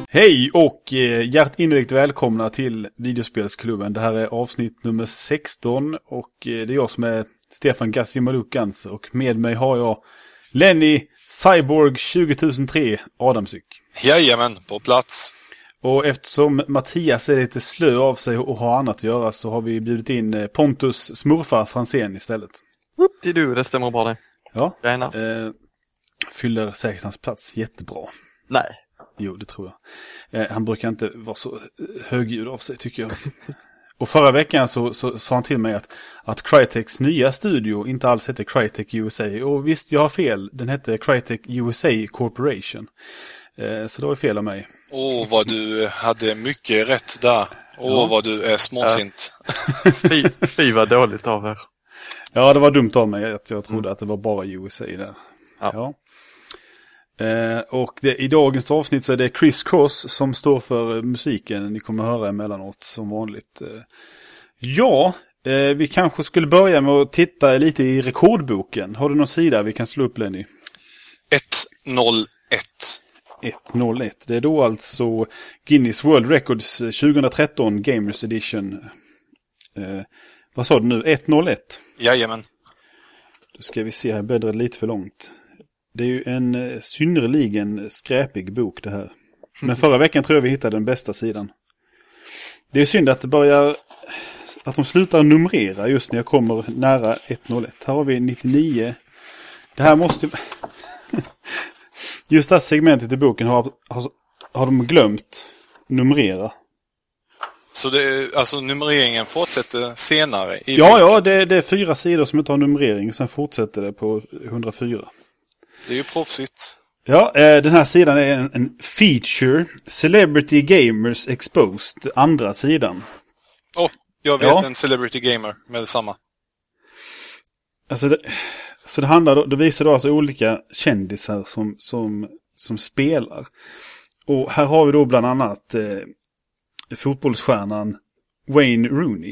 Hej och hjärtinnerligt välkomna till Videospelsklubben. Det här är avsnitt nummer 16 och det är jag som är Stefan Gassimaluk-Gans och med mig har jag Lenny Cyborg 20003 Adamsyk. Jajamän, på plats. Och eftersom Mattias är lite slö av sig och har annat att göra så har vi bjudit in Pontus smurfar Franzén istället. Det stämmer bra det. Ja, fyller säkert hans plats jättebra. Nej. Jo, det tror jag. Han brukar inte vara så högljudd av sig, tycker jag. Och förra veckan så sa han till mig att Crytek's nya studio inte alls heter Crytek USA. Och visst, jag har fel. Den hette Crytek USA Corporation. Så det var fel av mig. Vad du hade mycket rätt där. Vad du är småsint. Fy vad dåligt av er. Ja, det var dumt av mig att jag trodde att det var bara USA där. Ja. Och i dagens avsnitt så är det Chris Cross som står för musiken. Ni kommer höra emellanåt som vanligt. Vi kanske skulle börja med att titta lite i rekordboken. Har du någon sida vi kan slå upp, Lenny? 101. 101. Det är då alltså Guinness World Records 2013 Gamers Edition. Vad sa du nu? 101? Jajamän. Då ska vi se här, bäddrar lite för långt. Det är ju en synnerligen skräpig bok det här. Men förra veckan tror jag vi hittade den bästa sidan. Det är synd att att de slutar numrera just när jag kommer nära 101. Här har vi 99. Det här måste... Just det här segmentet i boken har de glömt numrera. Så alltså numreringen fortsätter senare i Ja, det är 4 sidor som inte har numrering. Sen fortsätter det på 104. Det är ju proffsigt. Ja, den här sidan är en feature. Celebrity Gamers Exposed. Andra sidan. Jag vet en Celebrity Gamer med detsamma. Alltså så det visar då alltså olika kändisar som spelar. Och här har vi då bland annat fotbollsstjärnan Wayne Rooney.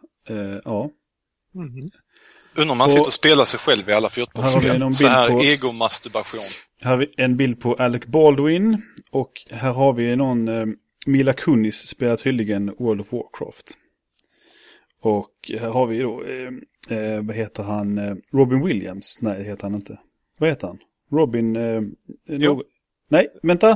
Undrar om man sitter och spelar sig själv i alla fotbollsspel. Så här egomasturbation. Här har vi en bild på Alec Baldwin. Och här har vi någon Mila Kunis spelar tydligen World of Warcraft. Och här har vi då vad heter han? Robin Williams. Nej, det heter han inte. Vad heter han? Robin... Nej, vänta.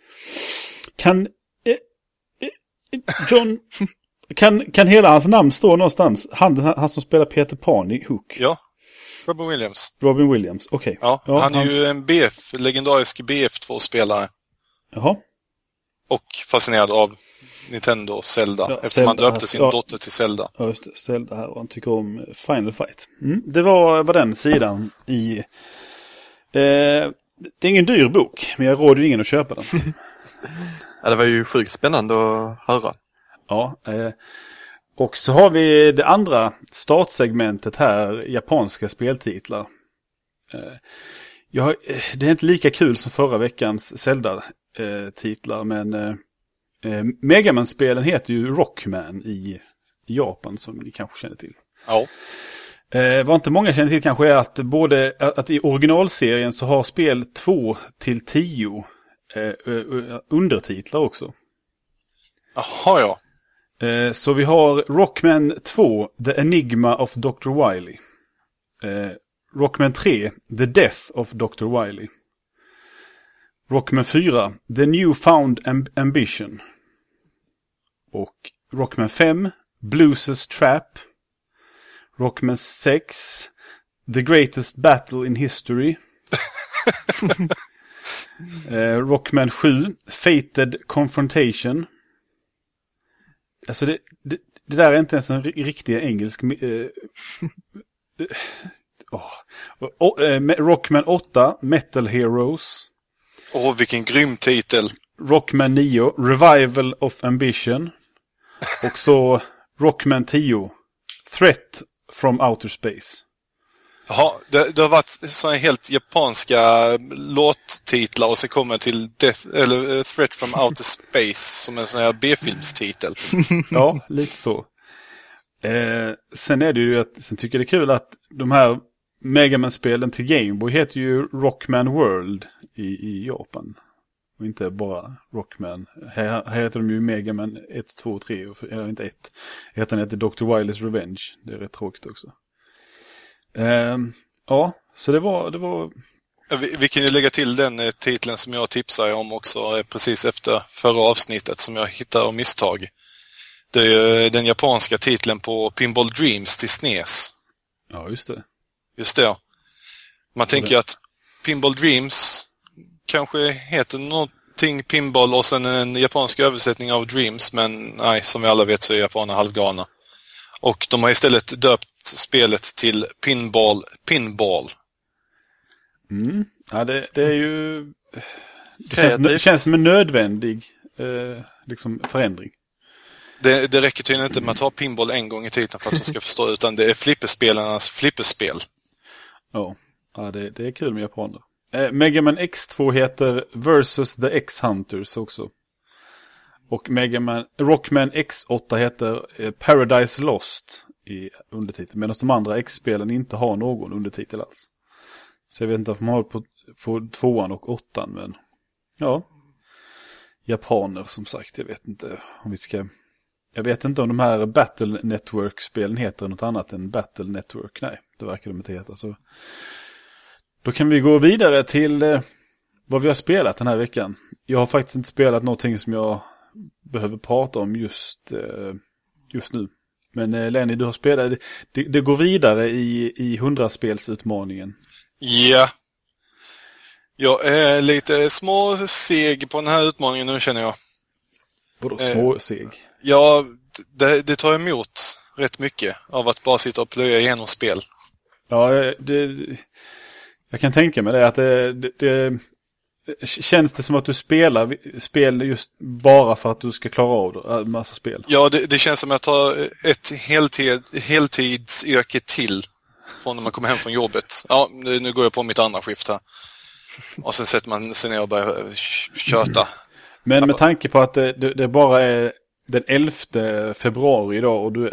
John... Kan hela hans namn stå någonstans? Han som spelar Peter Pan i Hook. Ja, Robin Williams, okej. Okay. Ja, han är ju en legendarisk BF2-spelare. Jaha. Och fascinerad av Nintendo och Zelda. Eftersom han döpte sin dotter till Zelda. Ja, just det. Zelda här. Och han tycker om Final Fight. Det var den sidan i... det är ingen dyr bok, men jag råder ingen att köpa den. Ja, det var ju sjukt spännande att höra. Ja, och så har vi det andra startsegmentet här, japanska speltitlar. Det är inte lika kul som förra veckans Zelda-titlar, men Mega Man-spelen heter ju Rockman i Japan, som ni kanske känner till. Ja. Vad inte många känner till kanske är att i originalserien så har spel 2-10 undertitlar också. Jaha, ja. Så vi har Rockman 2, The Enigma of Dr. Wily. Rockman 3, The Death of Dr. Wily. Rockman 4, The Newfound Ambition. Och Rockman 5, Blues' Trap. Rockman 6, The Greatest Battle in History. Rockman 7, Fated Confrontation. Alltså det där är inte ens en riktig engelsk... Rockman 8, Metal Heroes. Vilken grym titel. Rockman 9, Revival of Ambition. Och så Rockman 10, Threat from Outer Space. Jaha, det har varit sådana helt japanska låttitlar och så kommer till Threat from Outer Space som en sån här B-filmstitel. Ja, lite så. Sen är det ju sen tycker jag det är kul att de här Mega Man-spelen till Game Boy heter ju Rockman World i Japan. Och inte bara Rockman. Här heter de ju Mega Man 1, 2, 3. Eller inte 1. Den heter Dr. Wily's Revenge. Det är rätt tråkigt också. Ja, så det var... Vi kan ju lägga till den titeln som jag tipsade om också precis efter förra avsnittet som jag hittade av misstag. Det är den japanska titeln på Pinball Dreams till SNES. Ja, just det. Just det. Man tänker att Pinball Dreams kanske heter någonting Pinball och sen en japansk översättning av Dreams, men nej, som vi alla vet så är japaner halvgalna. Och de har istället döpt spelet till Pinball. Ja, det är ju... Det känns som en nödvändig liksom förändring. Det räcker tydligen inte med att ha pinball en gång i tiden för att du ska förstå, utan det är flipperspelarnas flipperspel. Ja, det är kul med japaner. Mega Man X2 heter Versus the X-Hunters också. Och Rockman X8 heter Paradise Lost i undertitel. Medan de andra X-spelen inte har någon undertitel alls. Så jag vet inte om man har på 2an och 8an, men ja. Japaner som sagt, jag vet inte om vi ska... Jag vet inte om de här Battle Network-spelen heter något annat än Battle Network. Nej, det verkar de inte heta. Så då kan vi gå vidare till vad vi har spelat den här veckan. Jag har faktiskt inte spelat någonting som jag behöver prata om just nu. Men Lenny, du har spelat. Det går vidare i 100-spelsutmaningen. Ja. Jag är lite småseg på den här utmaningen nu, känner jag. Vadå småseg? Ja, det tar emot rätt mycket av att bara sitta och plöja igenom spel. Ja, jag kan tänka mig det, att det känns det som att du spelar spel just bara för att du ska klara av en massa spel. Ja, det känns som att ta ett heltidsyrke till från när man kommer hem från jobbet. Ja, nu går jag på mitt andra skift här. Och sen sätter man sig ner och börjar köta. Men med tanke på att det bara är den 11 februari idag och du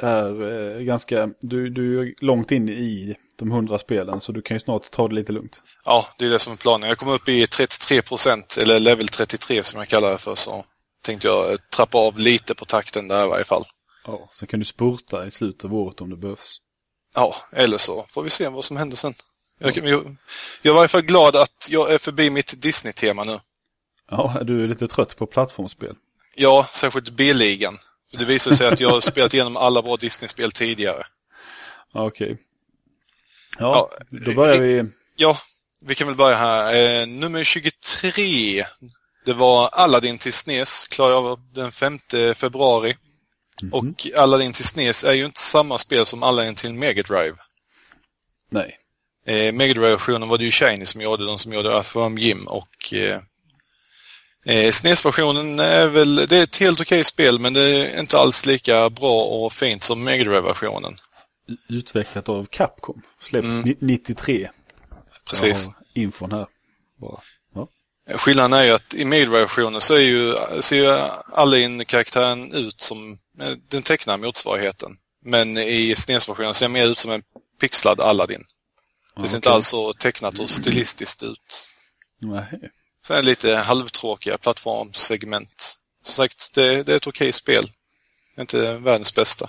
är du är långt in i de 100 spelen, så du kan ju snart ta det lite lugnt. Ja, det är det som är planen. Jag kommer upp i 33%, eller level 33 som jag kallar det för, så tänkte jag trappa av lite på takten där i varje fall. Ja, så kan du spurta i slutet av året om det behövs. Ja, eller så får vi se vad som händer sen. Jag är i varje fall glad att jag är förbi mitt Disney-tema nu. Ja, du är lite trött på plattformsspel. Ja, särskilt B-ligan. För det visar sig att jag har spelat igenom alla bra Disney-spel tidigare. Okej. Ja, då börjar vi... Ja, vi kan väl börja här. Nummer 23. Det var Aladdin till SNES. Klarade jag av den 5 februari. Och Aladdin till SNES är ju inte samma spel som Aladdin till Mega Drive. Nej. Mega Drive-versionen var det ju Shiny som gjorde, de som gjorde Earthworm Jim, och SNES-versionen är väl, det är ett helt okej spel, men det är inte alls lika bra och fint som Mega Drive-versionen. Utvecklat av Capcom. Släppt 93. Precis. Infon här. Bara. Ja. Skillnaden är ju att i Mega Drive-versionen så ser ju Aladdin-karaktären ut som den tecknade motsvarigheten. Men i SNES-versionen ser det mer ut som en pixlad Aladdin. Det ser inte alls så tecknat och stilistiskt ut. Nej. Sen är det lite halvtråkiga plattformssegment. Som sagt, det är ett okej spel. Inte världens bästa.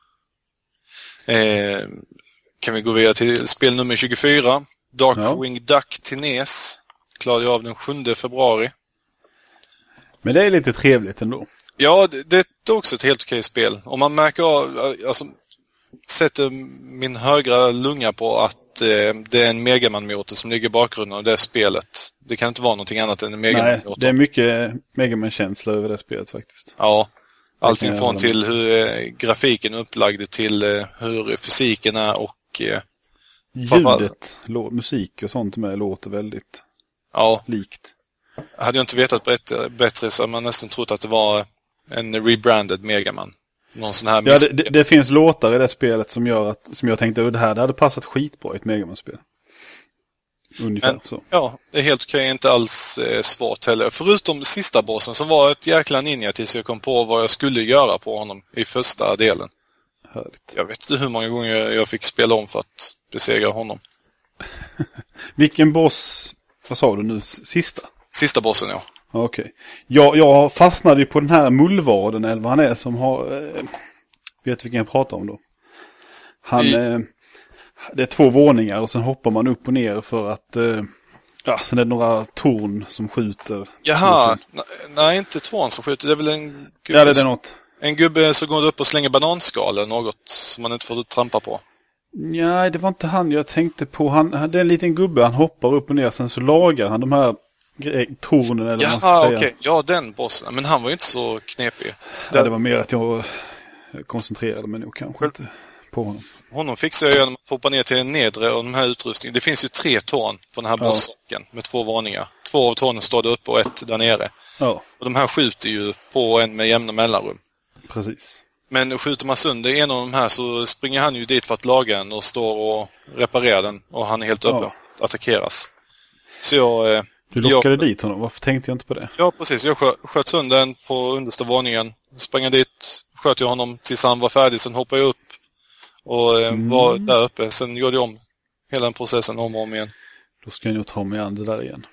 Kan vi gå vidare till spel nummer 24. Darkwing Duck till NES. Klarade jag av den 7 februari. Men det är lite trevligt ändå. Ja, det är också ett helt okej spel. Om man märker av, alltså, sätter min högra lunga på att det är en Mega Man-motor som ligger i bakgrunden av det spelet. Det kan inte vara någonting annat än en Mega Man-motor. Nej, det är mycket Mega Man-känsla över det spelet faktiskt. Ja, allting från till hur grafiken är upplagd till hur fysiken är och... ljudet, musik och sånt med låter väldigt likt. Hade jag inte vetat bättre så hade man nästan trott att det var en rebranded Mega Man. Någon sån här det finns låtar i det spelet som gör att, som jag tänkte, det hade passat skitbra i ett Mega Man-spel. Ungefär. Men, så. Ja, det är helt okej, inte alls svårt heller. Förutom sista bossen som var ett jäkla ninja tills jag kom på vad jag skulle göra på honom i första delen. Härligt. Jag vet inte hur många gånger jag fick spela om för att besegra honom. Vilken boss, vad sa du nu, sista? Sista bossen, ja. Okej. Jag fastnade ju på den här mullvaden eller vad han är som har... vet vilken jag pratar om då? Han... det är 2 våningar och sen hoppar man upp och ner för att... sen är det några torn som skjuter. Jaha, nej inte torn som skjuter. Det är väl en gubbe, ja, det är något. En gubbe som går upp och slänger bananskal eller något som man inte får trampa på. Nej, det var inte han jag tänkte på. Det är en liten gubbe, han hoppar upp och ner. Sen så lagar han de här tornen eller vad man ska säga. Okej. Ja, den bossen. Men han var ju inte så knepig. Det var mer att jag koncentrerade mig nog kanske inte på honom. Honom fixar jag genom att hoppa ner till en nedre och de här utrustningen. Det finns ju 3 torn på den här bosssocken med 2 varningar. 2 av tornen står där uppe och 1 där nere. Ja. Och de här skjuter ju på en med jämna mellanrum. Precis. Men skjuter man sönder en av de här så springer han ju dit för att laga den och står och reparerar den. Och han är helt öppen att attackeras. Så du lockade dit honom, varför tänkte jag inte på det? Ja, precis. Jag sköt sönder den på understa våningen. Sprang dit, sköt jag honom tills han var färdig. Sen hoppade jag upp och var där uppe. Sen gjorde jag om hela den processen om och om igen. Då ska jag nog ta mig an det där igen.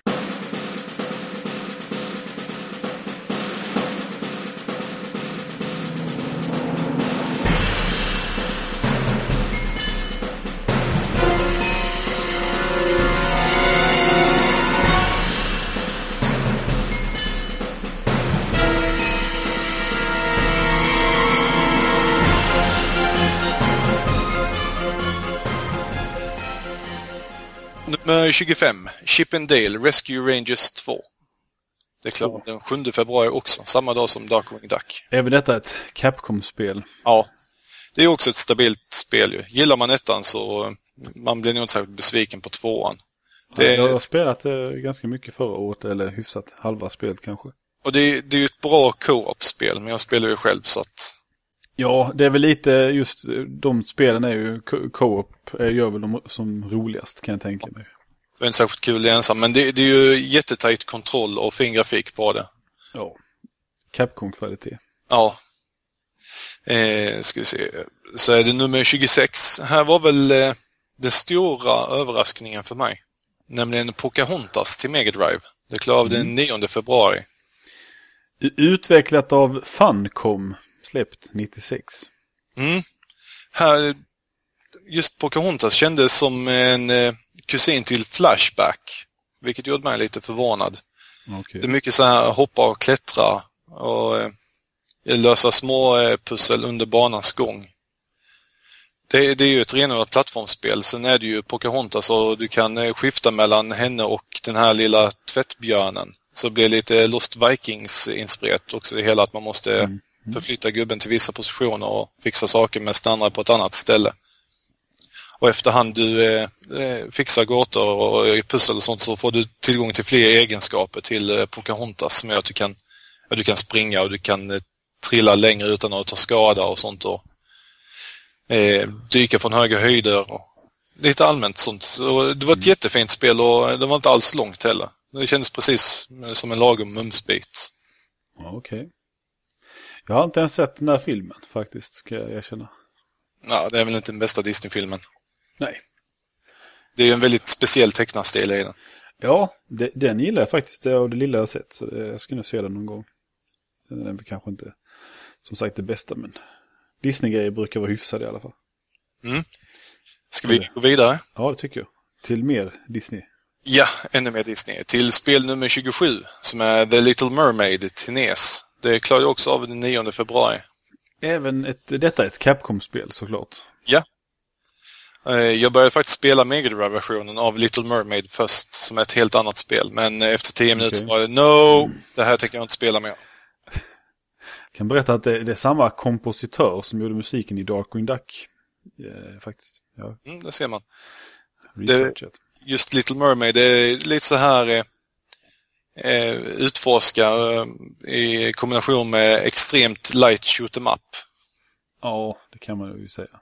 Nummer 25, Chip and Dale Rescue Rangers 2. Det är klart den 7 februari också, samma dag som Darkwing Duck. Är väl detta ett Capcom-spel? Ja, det är också ett stabilt spel ju. Gillar man ettan så man blir nog inte särskilt besviken på 2:an. Jag har spelat det ganska mycket förra året, eller hyfsat halva spelet kanske. Och det är ju ett bra co-op-spel, men jag spelar ju själv så att... Ja, det är väl lite just de spelen är ju co-op gör väl de som roligast kan jag tänka mig. Det är inte särskilt kul ensam, men det är ju jättetajt kontroll och fin grafik på det. Ja, Capcom-kvalitet. Ja. Ska vi se. Så är det nummer 26. Här var väl den stora överraskningen för mig. Nämligen Pocahontas till Mega Drive. Det klarade den 9 februari. Utvecklat av Funcom. Släppt 96. Här, just Pocahontas kändes som en kusin till Flashback. Vilket gjorde mig lite förvånad. Okay. Det är mycket så här hoppa och klättra. Och lösa små pussel under banans gång. Det är ju ett renodlat plattformsspel. Sen är det ju Pocahontas och du kan skifta mellan henne och den här lilla tvättbjörnen. Så det blir lite Lost Vikings-inspirerat också. Det hela att man måste förflytta gubben till vissa positioner och fixa saker med andra på ett annat ställe. Och efterhand du fixar gåtor och pussel och sånt så får du tillgång till fler egenskaper till Pocahontas som gör att du kan springa och du kan trilla längre utan att ta skada och sånt och dyka från höga höjder och lite allmänt sånt. Så det var ett jättefint spel och det var inte alls långt heller. Det kändes precis som en lagom mumsbit. Okej. Jag har inte ens sett den här filmen faktiskt, ska jag erkänna. Ja, det är väl inte den bästa Disney-filmen. Nej. Det är ju en väldigt speciell tecknarstil i den. Ja, den gillar jag faktiskt. Det är det lilla jag har sett, så jag ska nog se den någon gång. Den är kanske inte, som sagt, det bästa, men Disney-grejer brukar vara hyfsade i alla fall. Ska vi gå vidare? Ja, det tycker jag. Till mer Disney. Ja, ännu mer Disney. Till spel nummer 27, som är The Little Mermaid till NES. Det klarar jag också av den 9 februari. Detta är ett Capcom-spel såklart. Ja. Jag började faktiskt spela Mega Drive-versionen av Little Mermaid först, som är ett helt annat spel. Men efter 10 minuter så var det, det här tänker jag inte spela mer. Jag kan berätta att det är samma kompositör som gjorde musiken i Darkwing Duck. Faktiskt. Ja. Det ser man. Just Little Mermaid, det är lite så här utforska i kombination med extremt light shoot 'em up. Ja, det kan man ju säga.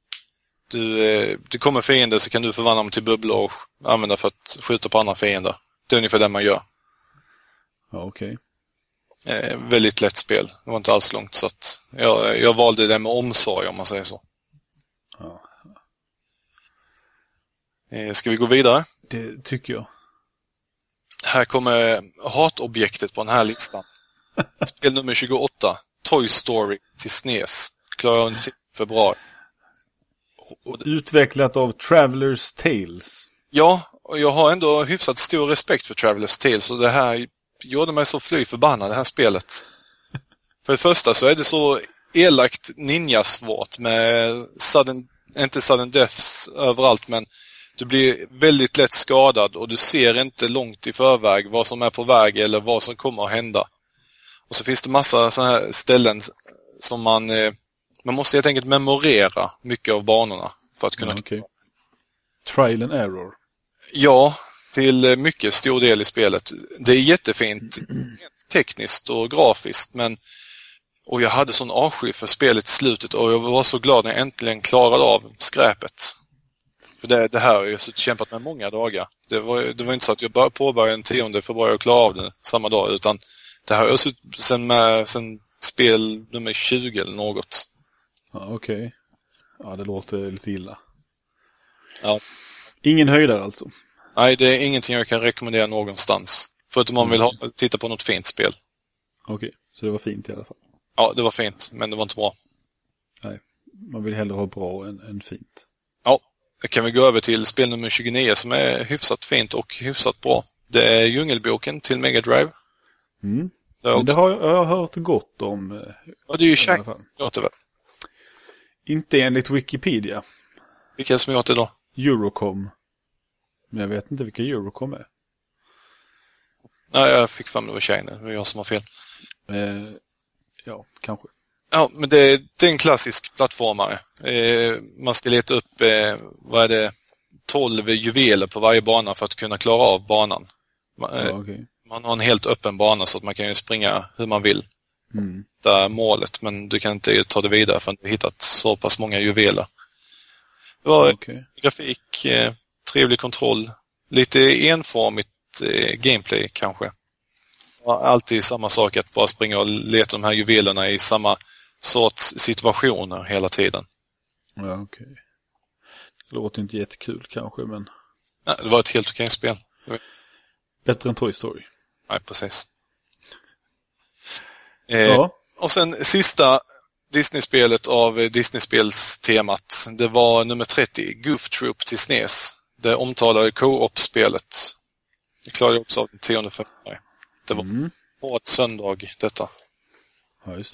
Du kommer fiender så kan du förvandla dem till bubblor och använda för att skjuta på andra fiender. Det är ungefär det man gör. Ja, okej. Väldigt lätt spel. Det var inte alls långt så att jag valde det med omsorg om man säger så. Ja. Ska vi gå vidare? Det tycker jag. Här kommer hatobjektet på den här listan. Spel nummer 28. Toy Story till SNES. Klarar en till februari. Utvecklat av Traveller's Tales. Ja, och jag har ändå hyfsat stor respekt för Traveller's Tales. Och det här gjorde mig så fly förbannad, det här spelet. För det första så är det så elakt ninjasvårt med inte sudden deaths överallt, men du blir väldigt lätt skadad och du ser inte långt i förväg vad som är på väg eller vad som kommer att hända. Och så finns det massa sådana här ställen som man måste helt enkelt memorera mycket av banorna för att kunna... Okay. Trial and error. Ja, till mycket stor del i spelet. Det är jättefint tekniskt och grafiskt, och jag hade sån avsky för spelet i slutet och jag var så glad när jag äntligen klarade av skräpet. För det här har jag kämpat med många dagar. Det var inte så att jag påbörjade den 10 februari och klarade av det samma dag, utan det här har jag suttit sen spel nummer 20 eller något. Ja, okej. Ja, det låter lite illa. Ja. Ingen höjdare alltså? Nej, det är ingenting jag kan rekommendera någonstans. Förutom om man vill titta på något fint spel. Okej, så det var fint i alla fall. Ja, det var fint, men det var inte bra. Nej, man vill hellre ha bra än fint. Ja, då kan vi gå över till spel nummer 29 som är hyfsat fint och hyfsat bra. Det är Djungelboken till Mega Drive. Mm. Det har jag hört gott om. Ja, det är ju Shack. Inte enligt Wikipedia. Vilka som gjort det då? Eurocom. Men jag vet inte vilka Eurocom är. Nej, jag fick fram det var China. Det var jag som har fel. Ja, kanske. Ja, men det är en klassisk plattformare. Man ska leta upp 12 juveler på varje bana för att kunna klara av banan. Okay. Man har en helt öppen bana så att man kan ju springa hur man vill. Det är målet, men du kan inte ta det vidare för att du har hittat så pass många juveler. Det var grafik, trevlig kontroll, lite enformigt gameplay kanske. Alltid samma sak att bara springa och leta de här juvelerna i samma sorts situationer hela tiden. Ja, okej. Det låter inte jättekul kanske, men... Nej, det var ett helt okej spel. Bättre än Toy Story. Nej, precis. Ja. Och sen sista Disney-spelet av Disney-spelstemat. Det var nummer 30, Goof Troop till SNES. Det omtalade co-op-spelet. Det klarade jag också av den 10 februari. Det var på ett söndag detta. Ja, just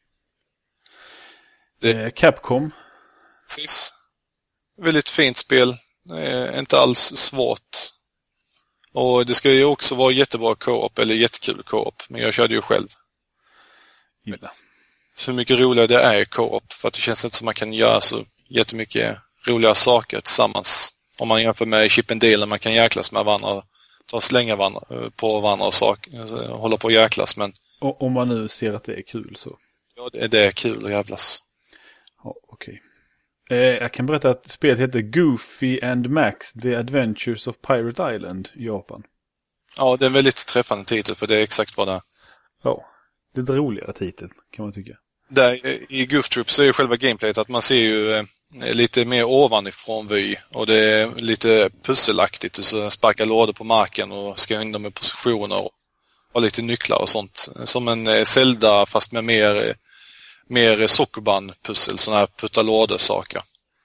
det. Capcom. Precis. Väldigt fint spel. Inte alls svårt. Och det ska ju också vara jättebra co-op eller jättekul co-op. Men jag körde ju själv. Illa. Så hur mycket roligare det är i co-op. För att det känns inte som man kan göra så jättemycket roliga saker tillsammans. Om man jämför med Chip and Dale, man kan jäklas med varandra. Ta och slänga på varandra och hålla på och jäklas. Men... Och om man nu ser att det är kul så... Ja, det är kul att jävlas. Ja, okej. Jag kan berätta att spelet heter Goofy and Max The Adventures of Pirate Island i Japan. Ja, det är en väldigt träffande titel för det är exakt vad det är. Ja, det är ett roligare titel kan man tycka. Där i Goof Troop så är själva gameplayet att man ser ju lite mer ovanifrån vy och det är lite pusselaktigt. Så sparkar lådor på marken och ska in dem i positioner och ha lite nycklar och sånt. Som en Zelda fast med mer sockerbandpussel, sådana här putta lådor-saker.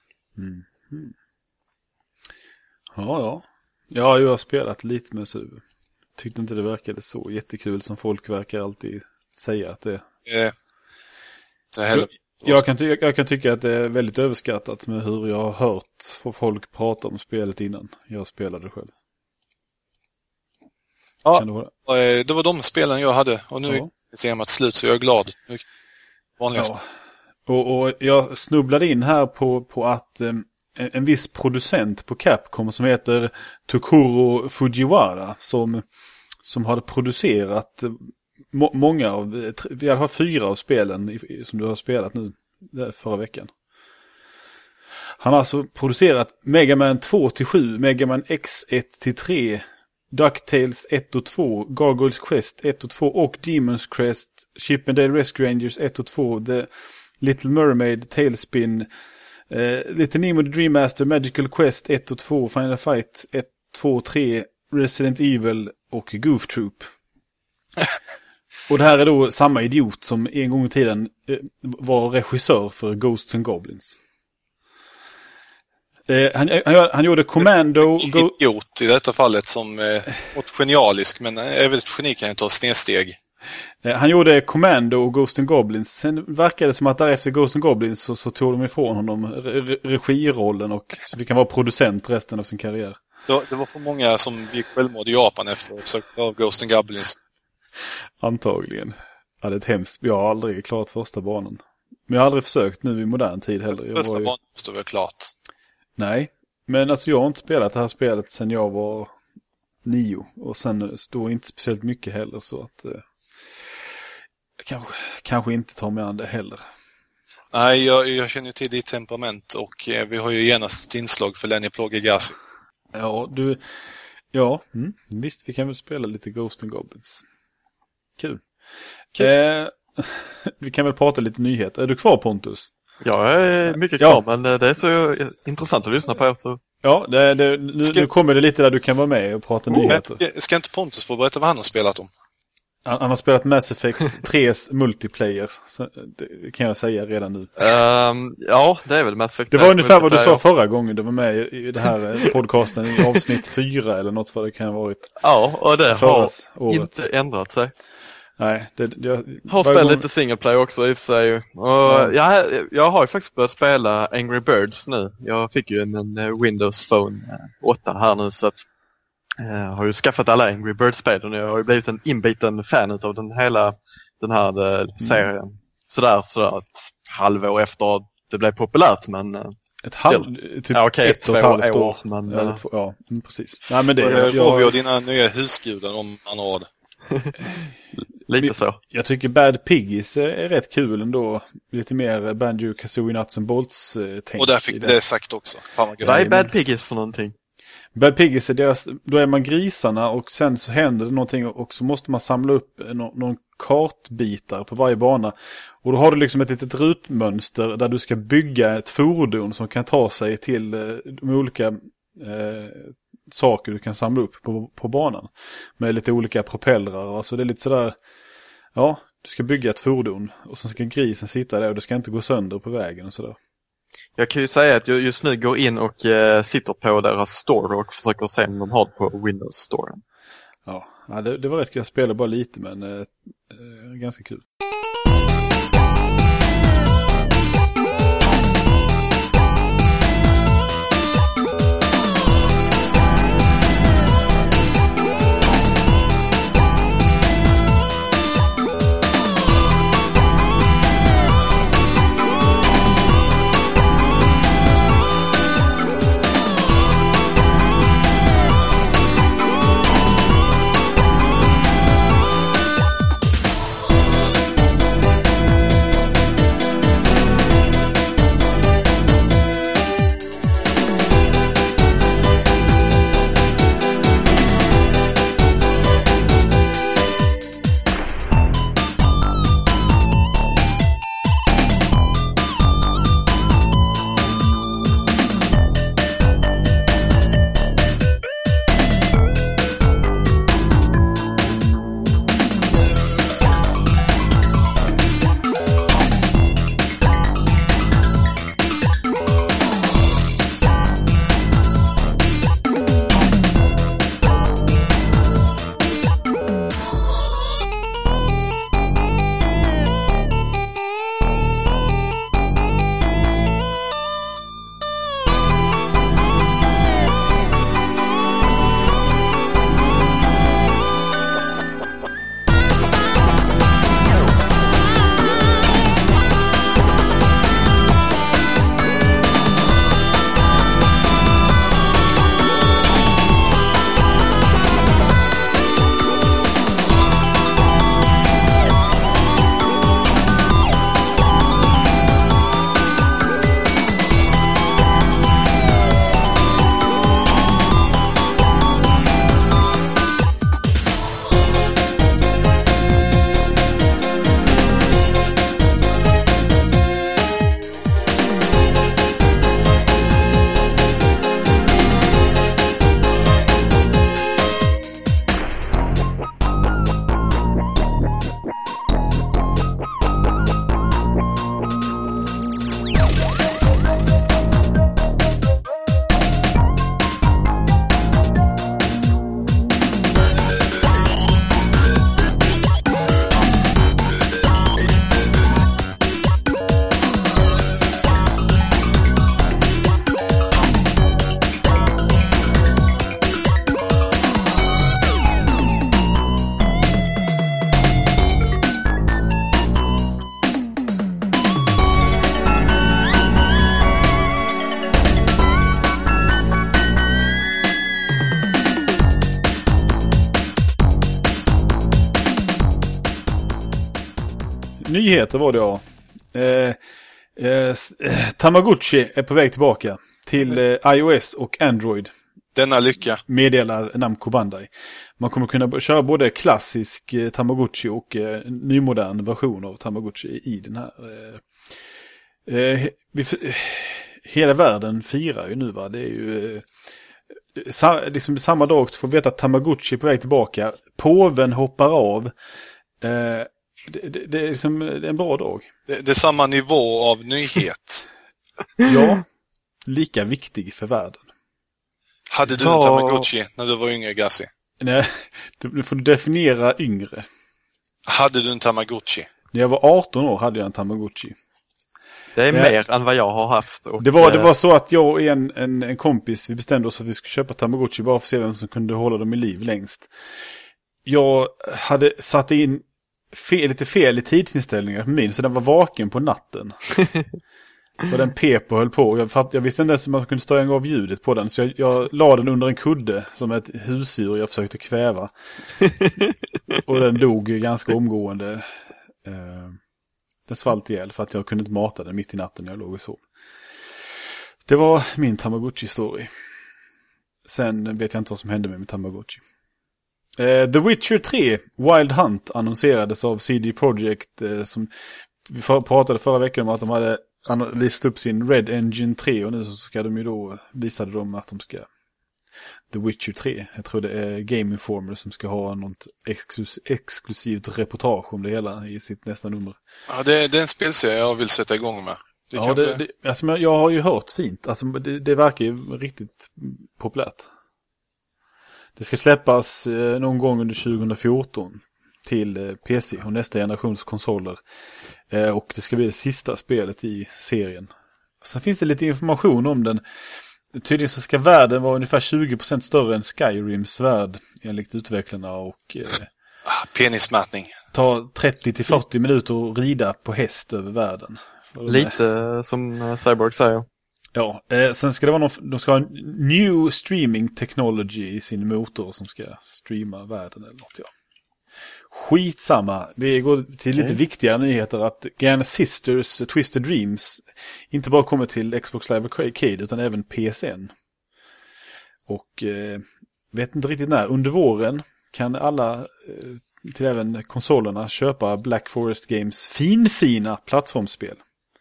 Ja, jag har spelat lite med SUV. Tyckte inte det verkade så jättekul som folk verkar alltid säga att det är. Jag kan tycka att det är väldigt överskattat med hur jag har hört folk prata om spelet innan jag spelade själv. Ja, det var de spelen jag hade och nu ser man ett slut så jag är glad. Ja. Och jag snubblade in här på att en viss producent på Capcom som heter Tokuro Fujiwara som hade producerat många av, vi har 4 av spelen som du har spelat nu förra veckan. Han har alltså producerat Mega Man 2-7, Mega Man X1-3, DuckTales 1 och 2, Gargoyles Quest 1 och 2 och Demon's Crest, Chip and Dale Rescue Rangers 1 och 2, The Little Mermaid, Tailspin, Little Nemo The Dream Master, Magical Quest 1 och 2, Final Fight 1, 2, 3, Resident Evil och Goof Troop. Och det här är då samma idiot som en gång i tiden var regissör för Ghosts and Goblins. Han gjorde Commando... Idiot i detta fallet som åt genialisk, men även ett geni kan ju ta snedsteg. Han gjorde Commando och Ghosts and Goblins. Sen verkade det som att därefter Ghosts and Goblins så tog de ifrån honom regirollen och så fick han vara producent resten av sin karriär. Det var för många som gick självmord i Japan efter att försöka av Ghosts and Goblins. Antagligen. Ja, det är ett hemskt. Jag har aldrig klarat första banan. Men jag har aldrig försökt nu i modern tid heller. Första banan måste väl klart. Nej, men alltså jag har inte spelat det här spelet sedan jag var 9. Och sen står inte speciellt mycket heller, så att kanske inte tar mig an det heller. Nej, jag känner ju till ditt temperament och vi har ju genast ett inslag för Lenny Plågegassi. Visst, vi kan väl spela lite Ghosts and Goblins. Kul. Vi kan väl prata lite nyheter. Är du kvar, Pontus? Jag är mycket kvar, men det är så intressant att lyssna på er. Så. Ja, nu kommer det lite där du kan vara med och prata nyheter. Ska inte Pontus få berätta vad han har spelat om? Han har spelat Mass Effect 3s multiplayer, så det kan jag säga redan nu. Ja, det är väl Mass Effect 3. Det var ungefär vad du sa förra gången du var med i det här podcasten i avsnitt 4 eller något vad det kan ha varit. Ja, och det har året. Inte ändrat sig. Nej, jag har spelat lite single play också i och för sig. Och jag har ju faktiskt börjat spela Angry Birds nu. Jag fick ju en Windows Phone 8 här nu, så att jag har ju skaffat alla Angry Birds-spel och jag har ju blivit en inbiten fan av den här serien. Sådär ett halvår efter att det blev populärt, men typ okej, ett och ett halvt år. Men, ja, precis. Nej, men det vi och dina nya husgudar om man har det. Lite så. Jag tycker Bad Piggies är rätt kul ändå. Lite mer Banjo-Kazooie Nuts and Bolts tänk. Och där fick det sagt också. Vad är Bad Piggies för någonting? Bad Piggies är då är man grisarna och sen så händer det någonting och så måste man samla upp någon kartbitar på varje bana. Och då har du liksom ett litet rutmönster där du ska bygga ett fordon som kan ta sig till de olika saker du kan samla upp på banan. Med lite olika propellrar. Alltså det är lite sådär, ja, du ska bygga ett fordon och sen ska grisen sitta där och det ska inte gå sönder på vägen och sådär. Jag kan ju säga att jag just nu går in och sitter på deras store och försöker se om de har det på Windows Store. Ja, det var rätt kul. Jag spelade bara lite, men ganska kul. nyheter var det Tamagotchi är på väg tillbaka till iOS och Android. Denna lycka. Meddelar Namco Bandai. Man kommer kunna köra både klassisk Tamagotchi och nymodern version av Tamagotchi i den här. Hela världen firar ju nu, va? Det är ju liksom samma dag så får vi veta att Tamagotchi är på väg tillbaka. Påven hoppar av. Det är liksom det är en bra dag. Det är samma nivå av nyhet. Ja, lika viktig för världen. Hade du en Tamagotchi när du var yngre, Gassi? Nej, du får definiera yngre. Hade du en Tamagotchi? När jag var 18 år hade jag en Tamagotchi. Det är mer än vad jag har haft. Och det var så att jag och en kompis, vi bestämde oss att vi skulle köpa Tamagotchi bara för att se vem som kunde hålla dem i liv längst. Jag hade satt in lite fel i tidsinställningar på min, så den var vaken på natten. Och den pep och höll på. Jag visste inte ens om man kunde stänga av ljudet på den, så jag la den under en kudde som ett husdjur jag försökte kväva. Och den dog ganska omgående. Den svalt ihjäl för att jag kunde inte mata den mitt i natten när jag låg och sov. Det var min Tamagotchi-story. Sen vet jag inte vad som hände med min Tamagotchi. The Witcher 3 Wild Hunt annonserades av CD Projekt, som vi pratade förra veckan om att de hade listat upp sin Red Engine 3, och nu så ska de ju då, visade de att de ska The Witcher 3. Jag tror det är Game Informer som ska ha något exklusivt reportage om det hela i sitt nästa nummer. Ja, det är en spelserie jag vill sätta igång med. Alltså, jag har ju hört fint. Alltså, det verkar ju riktigt populärt. Det ska släppas någon gång under 2014 till PC och nästa generations konsoler. Och det ska bli det sista spelet i serien. Sen finns det lite information om den. Tydligen så ska världen vara ungefär 20% större än Skyrims värld enligt utvecklarna, och penismätning. Ta 30-40 minuter att rida på häst över världen. Lite som Cyborg säger. Ja, sen ska det vara de ska ha en new streaming technology i sin motor som ska streama världen eller något, ja. Skitsamma. Vi går till lite viktiga nyheter, att Giant Sisters Twisted Dreams inte bara kommer till Xbox Live Arcade utan även PSN. Och vet inte riktigt när. Under våren kan alla till även konsolerna köpa Black Forest Games fina plattformsspel.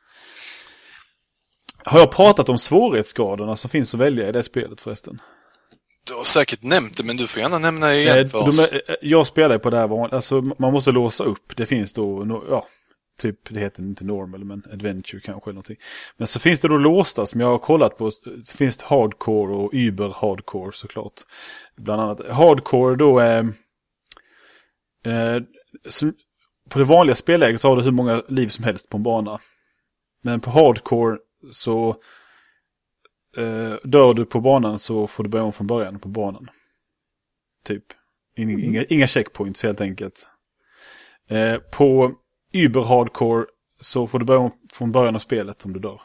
Har jag pratat om svårighetsgraderna som finns att välja i det spelet förresten? Du har säkert nämnt det, men du får gärna nämna det igen för oss. Jag spelar på det här vanligt. Alltså, man måste låsa upp. Det finns då, typ, det heter inte normal, men adventure kanske eller någonting. Men så finns det då låsta som jag har kollat på. Det finns hardcore och über hardcore såklart. Bland annat. Hardcore då är... på det vanliga spelläget så har du hur många liv som helst på en bana. Men på hardcore så dör du på banan så får du börja om från början på banan. Typ. Inga checkpoints helt enkelt. På Uber Hardcore så får du börja om från början av spelet om du dör.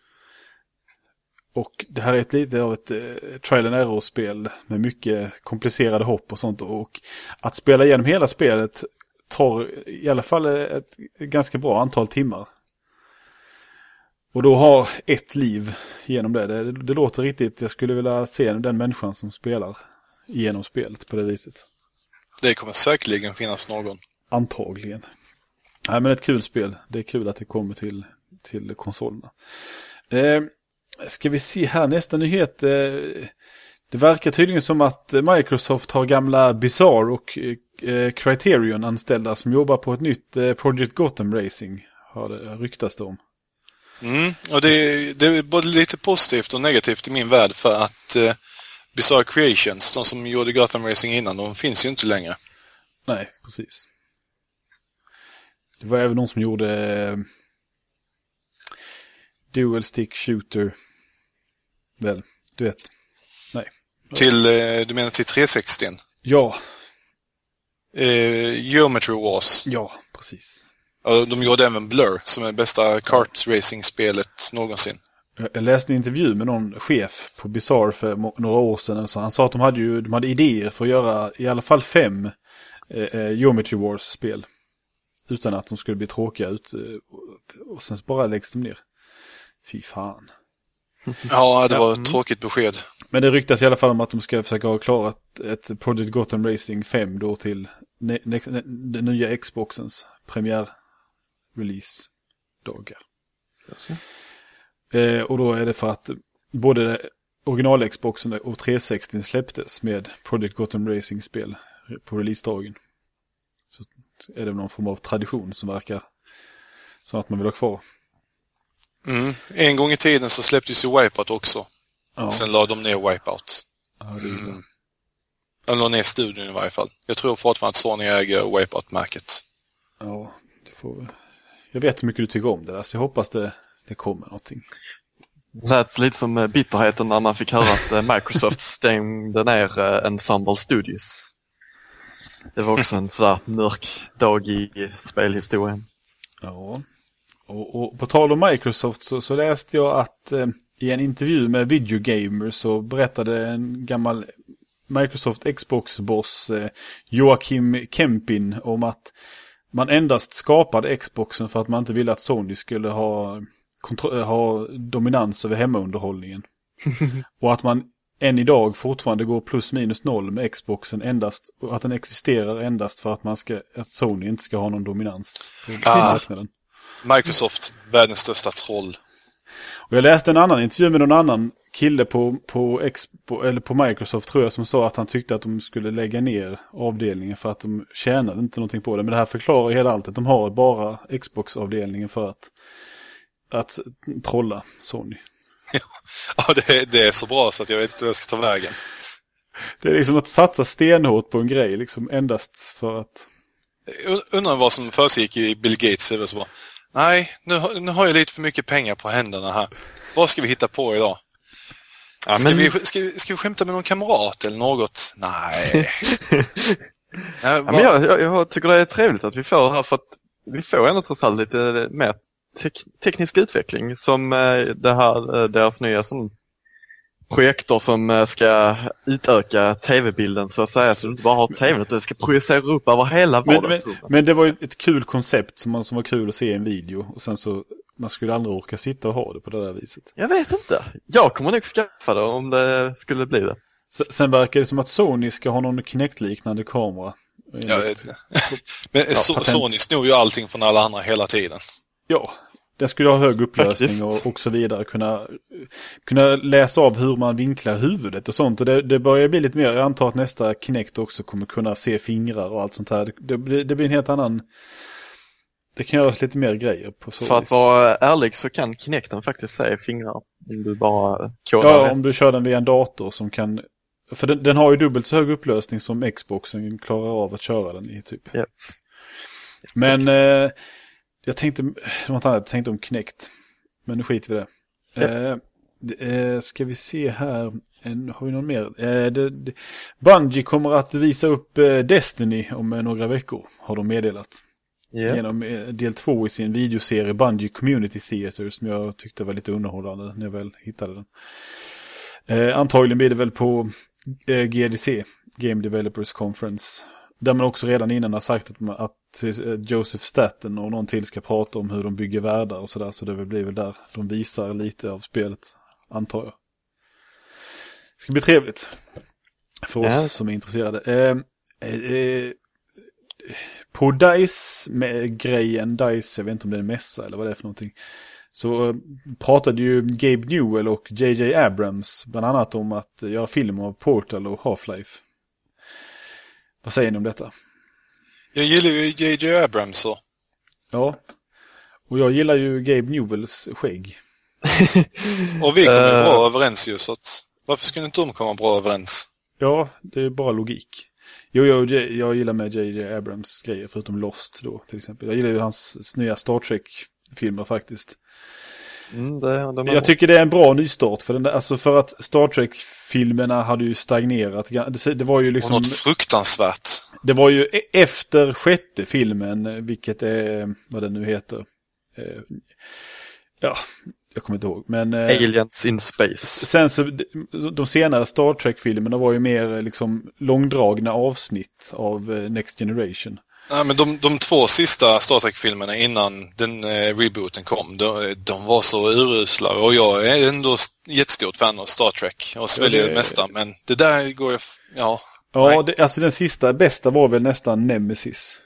Och det här är lite av ett trial and error-spel med mycket komplicerade hopp och sånt. Och att spela igenom hela spelet tar i alla fall ett ganska bra antal timmar. Och då har ett liv genom det. Det låter riktigt. Jag skulle vilja se den människan som spelar genom spelet på det viset. Det kommer säkerligen finnas någon. Antagligen. Nej, men ett kul spel. Det är kul att det kommer till konsolerna. Ska vi se här nästa nyhet. Det verkar tydligen som att Microsoft har gamla Bizarre och Criterion anställda som jobbar på ett nytt Project Gotham Racing. Har det ryktats om. Och det är både lite positivt och negativt i min värld, för att Bizarre Creations, de som gjorde Gotham Racing innan, de finns ju inte längre. Nej, precis. Det var även någon som gjorde Dual Stick Shooter. Väl, du vet. Nej. Du menar till 360? Ja. Geometry Wars. Ja, precis. De gjorde även Blur, som är bästa kart-racing-spelet någonsin. Jag läste en intervju med någon chef på Bizarre för några år sedan. Så han sa att de hade idéer för att göra i alla fall 5 Geometry Wars-spel. utan att de skulle bli tråkiga ut, och sen bara läggs de ner. Fy fan. Ja, det var ett tråkigt besked. Men det ryktas i alla fall om att de ska försöka ha klarat ett Project Gotham Racing 5 då till den nya Xboxens premiär-release-dagar. Och då är det för att både original-Xboxen och 360 släpptes med Project Gotham Racing-spel på release-dagen. Så är det någon form av tradition som verkar så att man vill ha kvar. En gång i tiden så släpptes ju Wipeout också. Ja. Sen la de ner Wipeout. Ja, det är bra. Eller la ner studion i varje fall. Jag tror fortfarande att Sony äger Wipeout-märket. Ja, det får... Jag vet hur mycket du tycker om det där, så jag hoppas det kommer någonting. Det lät lite som bitterheten när man fick höra att Microsoft stängde ner Ensemble Studios. Det var också en sådär mörk dag i spelhistorien. Ja, och på tal om Microsoft så läste jag att i en intervju med Videogamer så berättade en gammal Microsoft Xbox-boss Joakim Kempin om att man endast skapade Xboxen för att man inte ville att Sony skulle ha dominans över hemmaunderhållningen. Och att man än idag fortfarande går plus minus noll med Xboxen endast, och att den existerar endast för att att Sony inte ska ha någon dominans på marknaden. Microsoft, världens största troll. Och jag läste en annan intervju med någon annan kille på Microsoft, tror jag, som sa att han tyckte att de skulle lägga ner avdelningen för att de tjänade inte någonting på det. Men det här förklarar hela allt, att de har bara Xbox-avdelningen för att trolla Sony. Ja, det är så bra så att jag vet inte hur jag ska ta vägen. Det är liksom att satsa stenhårt på en grej, liksom endast för att... Undrar vad som försiggick i Bill Gates. Det var så bra. Nej, nu har jag lite för mycket pengar på händerna här. Vad ska vi hitta på idag? Ja, ska vi skämta med någon kamrat eller något? Nej. Men jag tycker det är trevligt att vi får det här, för att vi får ändå trots allt lite mer teknisk utveckling, som det här, deras nya projektor som ska utöka tv-bilden, så att säga, så du inte bara har tvn, att det ska projicera upp över hela vardagsrummet. Men det var ju ett kul koncept som var kul att se i en video, och sen så man skulle aldrig orka sitta och ha det på det där viset. Jag vet inte. Jag kommer nog skaffa det om det skulle bli det. Sen verkar det som att Sony ska ha någon Kinect-liknande kamera. Jag vet inte. Men Sony snor ju allting från alla andra hela tiden. Ja, den skulle ha hög upplösning och så vidare. Kunna läsa av hur man vinklar huvudet och sånt. Och det börjar bli lite mer, jag antar att nästa Kinect också kommer kunna se fingrar och allt sånt här. Det blir en helt annan... Det kan göras lite mer grejer på så. För att vara ärlig så kan Kinecten faktiskt se fingrar om du bara kodar. Ja, om du kör den via en dator som kan... För den har ju dubbelt så hög upplösning som Xboxen klarar av att köra den i typ. Yes. Men jag tänkte något annat, jag tänkte om Kinect. Men nu skiter vi det. Ska vi se här. Har vi någon mer? Bungie kommer att visa upp Destiny om några veckor, har de meddelat. Yeah. Genom del 2 i sin videoserie Bungie Community Theater, som jag tyckte var lite underhållande när jag väl hittade den. Antagligen blir det väl på GDC, Game Developers Conference, där man också redan innan har sagt att Joseph Staten och någon till ska prata om hur de bygger världar och sådär, så det blir väl där de visar lite av spelet, antar jag. Det ska bli trevligt för oss som är intresserade. På DICE-grejen, DICE, jag vet inte om det är en mässa eller vad det är för någonting, så pratade ju Gabe Newell och J.J. Abrams bland annat om att göra film av Portal och Half-Life. Vad säger ni om detta? Jag gillar ju J.J. Abrams så. Ja, och jag gillar ju Gabe Newells skägg. Och vi kommer bra överens ju, så att varför skulle inte de komma bra överens? Ja, det är bara logik. Jag gillar med J.J. Abrams grejer, förutom Lost då till exempel. Jag gillar ju hans nya Star Trek-filmer faktiskt. Jag tycker det är en bra nystart för den där, alltså för att Star Trek-filmerna hade ju stagnerat. Det var ju liksom... Och något fruktansvärt. Det var ju efter sjätte filmen, vilket är vad det nu heter. Ja, jag kommer inte ihåg. Men, Aliens in Space. Sen så, de senare Star Trek-filmerna var ju mer liksom långdragna avsnitt av Next Generation. Nej, men de två sista Star Trek-filmerna innan den rebooten kom, de var så urusla. Och jag är ändå jättestort fan av Star Trek och sväljer det mesta. Men det där går jag... Ja, alltså den sista bästa var väl nästan Nemesis.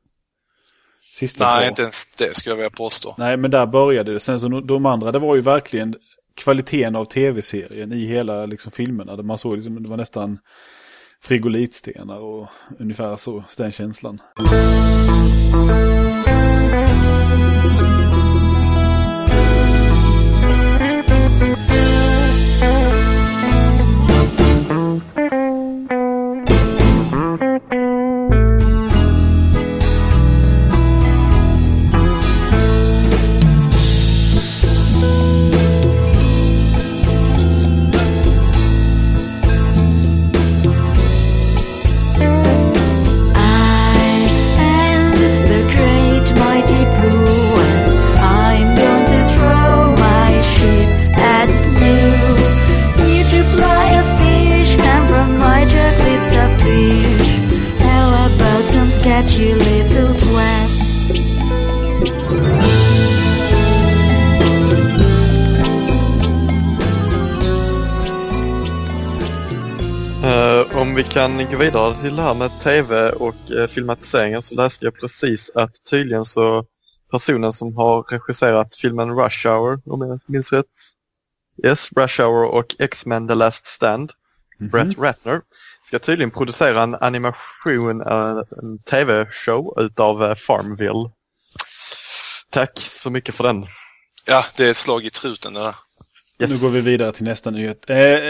Nej, inte ens det skulle jag vilja påstå. Nej, men där började det. Sen så de andra, det var ju verkligen kvaliteten av tv-serien i hela liksom filmerna. Där man såg liksom, det var nästan frigolitstenar och ungefär så, den känslan. Om vi kan gå vidare till det här med tv och filmatiseringar, så läste jag precis att tydligen så personen som har regisserat filmen Rush Hour, om jag minns rätt, Rush Hour och X-Men The Last Stand, Brett Ratner, ska tydligen producera en animation, en tv-show utav Farmville. Tack så mycket för den. Ja, det är ett slag i truten där. Yes. Nu går vi vidare till nästa nyhet.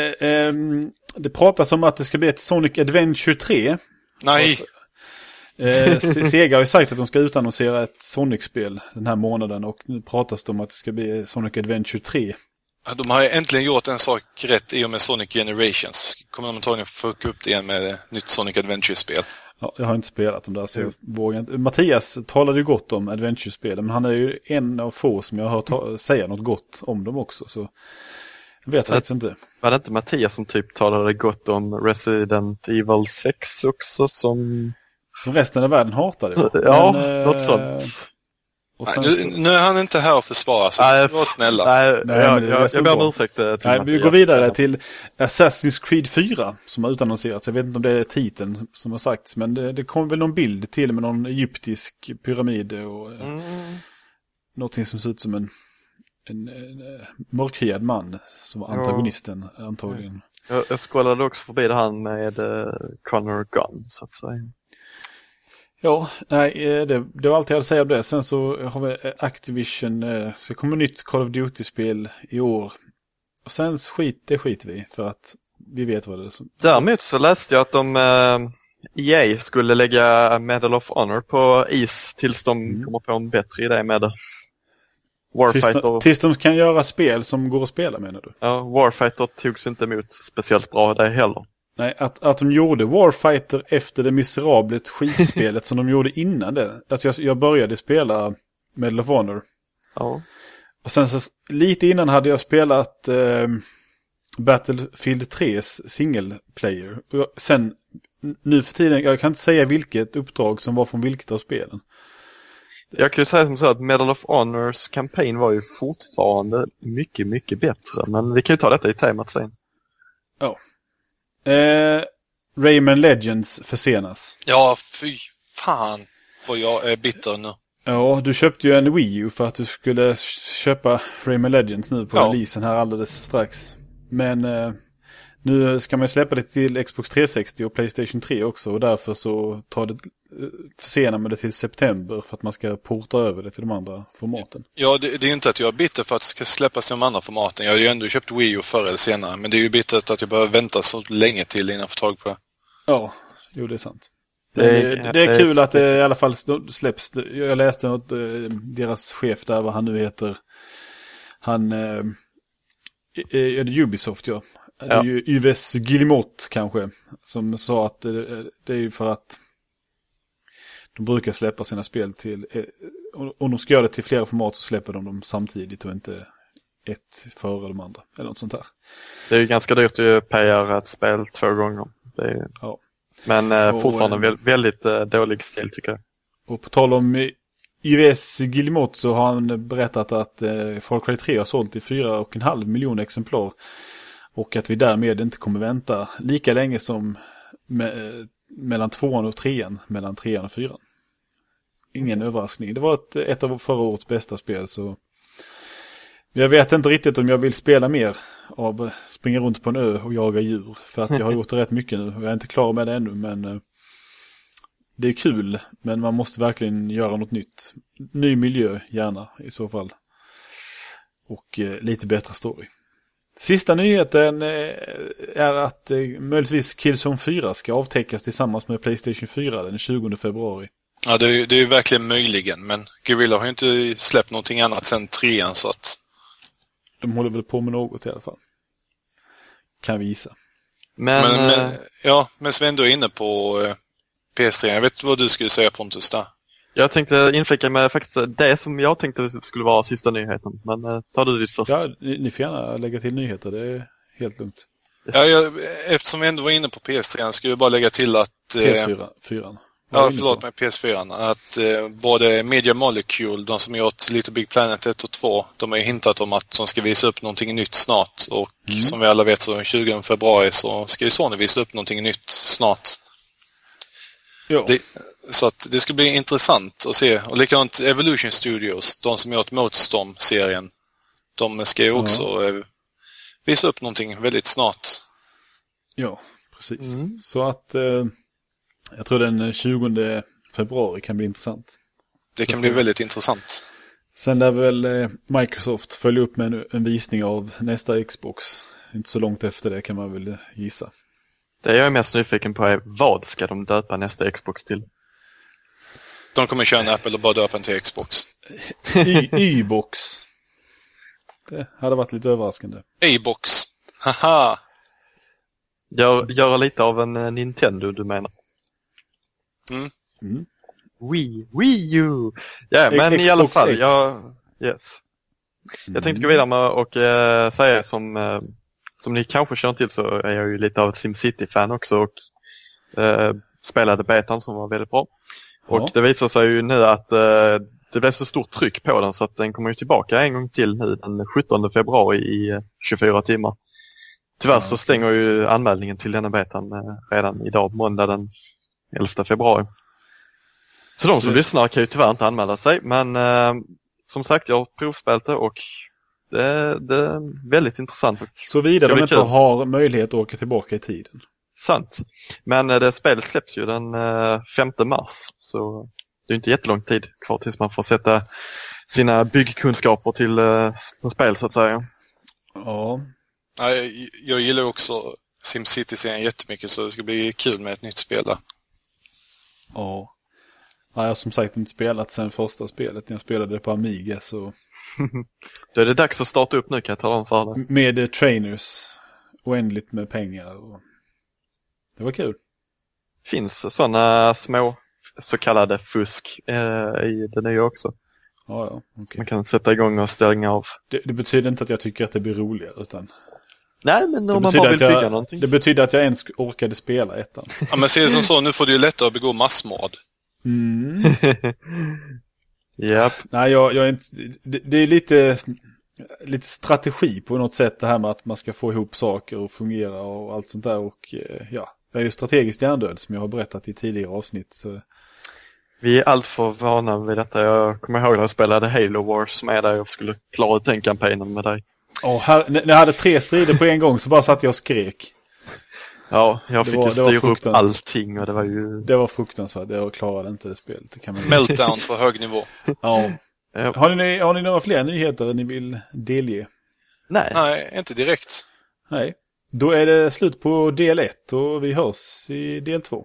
Det pratas om att det ska bli ett Sonic Adventure 3. Nej. Sega har ju sagt att de ska utannonsera ett Sonic-spel den här månaden. Och nu pratas det om att det ska bli Sonic Adventure 3. De har ju äntligen gjort en sak rätt i och med Sonic Generations. Kommer de antagligen fucka upp det igen med nytt Sonic Adventure-spel. Ja, jag har inte spelat dem där så jag vågar inte. Mattias talade ju gott om Adventure-spelen, men han är ju en av få som jag har hört säga något gott om dem också, så jag vet faktiskt inte. Var det inte Mattias som typ talade gott om Resident Evil 6 också som resten av världen hatade? Ja, något sånt. Nu är han inte här och försvara sig. Nej, var snälla. Nej, jag ber om ursäkt till Mattias. Vi går vidare till Assassin's Creed 4 som har utannonserats. Jag vet inte om det är titeln som har sagts, men det kom väl någon bild till med någon egyptisk pyramid och någonting som ser ut som en mörkhyad man som var antagonisten antagligen. Jag skållade också förbi det här med Connor Gunn, så att säga. Ja, nej, det var allt jag hade att säga om det. Sen så har vi Activision, så kommer nytt Call of Duty-spel i år. Och sen skiter vi för att vi vet vad det är. Däremot så läste jag att EA skulle lägga Medal of Honor på is tills de kommer på en bättre idé med det. Warfighter... Tills de kan göra spel som går att spela, menar du? Ja, Warfighter togs inte emot speciellt bra det heller. Nej, att de gjorde Warfighter efter det miserablet skitspelet som de gjorde innan det. Alltså jag började spela Medal of Honor. Ja. Och sen så lite innan hade jag spelat Battlefield 3s single player. Och sen nu för tiden, jag kan inte säga vilket uppdrag som var från vilket av spelen. Jag kan ju säga som så att Medal of Honors kampanj var ju fortfarande mycket, mycket bättre. Men vi kan ju ta detta i temat sen. Ja. Rayman Legends försenas. Ja, fy fan vad jag är bitter nu. Ja, du köpte ju en Wii U för att du skulle köpa Rayman Legends nu på releasen här alldeles strax. Men nu ska man släppa det till Xbox 360 och PlayStation 3 också. Och därför så försenar man det till september för att man ska porta över det till de andra formaten. Ja, det är inte att jag är bitter för att det ska släppas till de andra formaten. Jag har ju ändå köpt Wii U förr eller senare. Men det är ju bittert att jag behöver vänta så länge till innan jag får tag på det. Ja, jo det är sant. Det är kul att det i alla fall släpps. Jag läste något, deras chef där, vad han nu heter. Han är det Ubisoft, ja. Det är ju Yves Guillemot kanske, som sa att det är ju för att de brukar släppa sina spel till, om de ska göra det till flera format så släpper de dem samtidigt och inte ett före de andra, eller något sånt där. Det är ju ganska dyrt att paya ett spel 2 gånger. Det är... Ja. Men fortfarande väldigt dålig stil tycker jag. Och på tal om Yves Guillemot så har han berättat att Far Cry 3 har sålt i 4,5 miljoner exemplar. Och att vi därmed inte kommer vänta lika länge som mellan 2:an och 3:an, mellan 3:an och 4:an. Ingen överraskning. Det var ett av förra årets bästa spel, så jag vet inte riktigt om jag vill spela mer av springa runt på en ö och jaga djur. För att jag har gjort det rätt mycket nu och jag är inte klar med det ännu, men det är kul. Men man måste verkligen göra något nytt. Ny miljö gärna i så fall. Och lite bättre story. Sista nyheten är att möjligtvis Killzone 4 ska avtäckas tillsammans med PlayStation 4 den 20 februari. Ja, det är ju verkligen möjligen, men Guerrilla har ju inte släppt någonting annat sen 3:an, så att... De håller väl på med något i alla fall. Kan vi gissa. Men Sven, du är inne på PS3. Jag vet vad du skulle säga, Pontus, där. Jag tänkte inflika med faktiskt det som jag tänkte skulle vara sista nyheten. Men tar du ditt först? Ja, ni får gärna lägga till nyheter. Det är helt lugnt. Ja, eftersom vi ändå var inne på PS3 skulle jag bara lägga till att... PS4. Ja, förlåt mig, PS4. Att både Media Molecule, de som gjort Little Big Planet 1 och 2, de har ju hintat om att de ska visa upp någonting nytt snart. Och som vi alla vet så 20 februari så ska ju Sony visa upp någonting nytt snart. Så att det ska bli intressant att se. Och likadant Evolution Studios, de som gjort Motorstorm-serien, de ska ju också visa upp någonting väldigt snart. Ja, precis. Så att jag tror den 20 februari kan bli intressant. Det kan bli väldigt intressant. Sen där väl Microsoft följer upp med en visning av nästa Xbox. Inte så långt efter det kan man väl gissa. Det jag är mest nyfiken på är vad ska de döpa nästa Xbox till? De kommer köra en Apple och bara döpa den till Xbox. Y-box. Det hade varit lite överraskande. A-box. Haha. Göra lite av en Nintendo, du menar? Wii U. Ja, men Xbox i alla fall. X. Jag tänkte gå vidare med och säga som ni kanske känner till så är jag ju lite av ett SimCity-fan också och spelade betan som var väldigt bra. Och det visar sig ju nu att det blev så stort tryck på den så att den kommer ju tillbaka en gång till nu den 17 februari i 24 timmar. Tyvärr så stänger ju anmälningen till denna betan redan idag, måndag den 11 februari. Så de som lyssnar kan ju tyvärr inte anmäla sig, men som sagt, jag har provspelat det och det är väldigt intressant. Så vidare de inte har möjlighet att åka tillbaka i tiden. Sant. Men det spelet släpps ju den 5 mars, så det är inte jättelång tid kvar tills man får sätta sina byggkunskaper på spel så att säga. Ja. Jag gillar också SimCity-serien jättemycket så det ska bli kul med ett nytt spel där. Ja. Jag har som sagt inte spelat sedan första spelet. När jag spelade det på Amiga så... Då är det dags att starta upp nu kan jag tala om för det. Med trainers. Oändligt med pengar. Och... Det var kul. Finns sådana små så kallade fusk i det nya också. Ja, okay. Man kan sätta igång och stänga av. Det betyder inte att jag tycker att det blir roligare utan... Nej, men om man bara vill bygga någonting. Det betyder att jag ens orkade spela ettan. Ja, men se det som så, nu får du ju lättare att begå massmord. Japp. Nej, jag är inte... Det är lite strategi på något sätt det här med att man ska få ihop saker och fungera och allt sånt där. Och ja, jag är ju strategiskt hjärndöd som jag har berättat i tidigare avsnitt. Så... Vi är allt för vana vid detta. Jag kommer ihåg när jag spelade Halo Wars med dig och skulle klara ut den kampanjen med dig. När jag hade 3 strider på en gång så bara satt jag och skrek. Ja, jag fick ju styra upp allting och det var ju... Det var fruktansvärt, jag klarade inte det spelet. Det kan man... Meltdown på hög nivå. Ja. Har ni några fler nyheter ni vill delge? Nej, inte direkt. Nej, då är det slut på del 1 och vi hörs i del 2.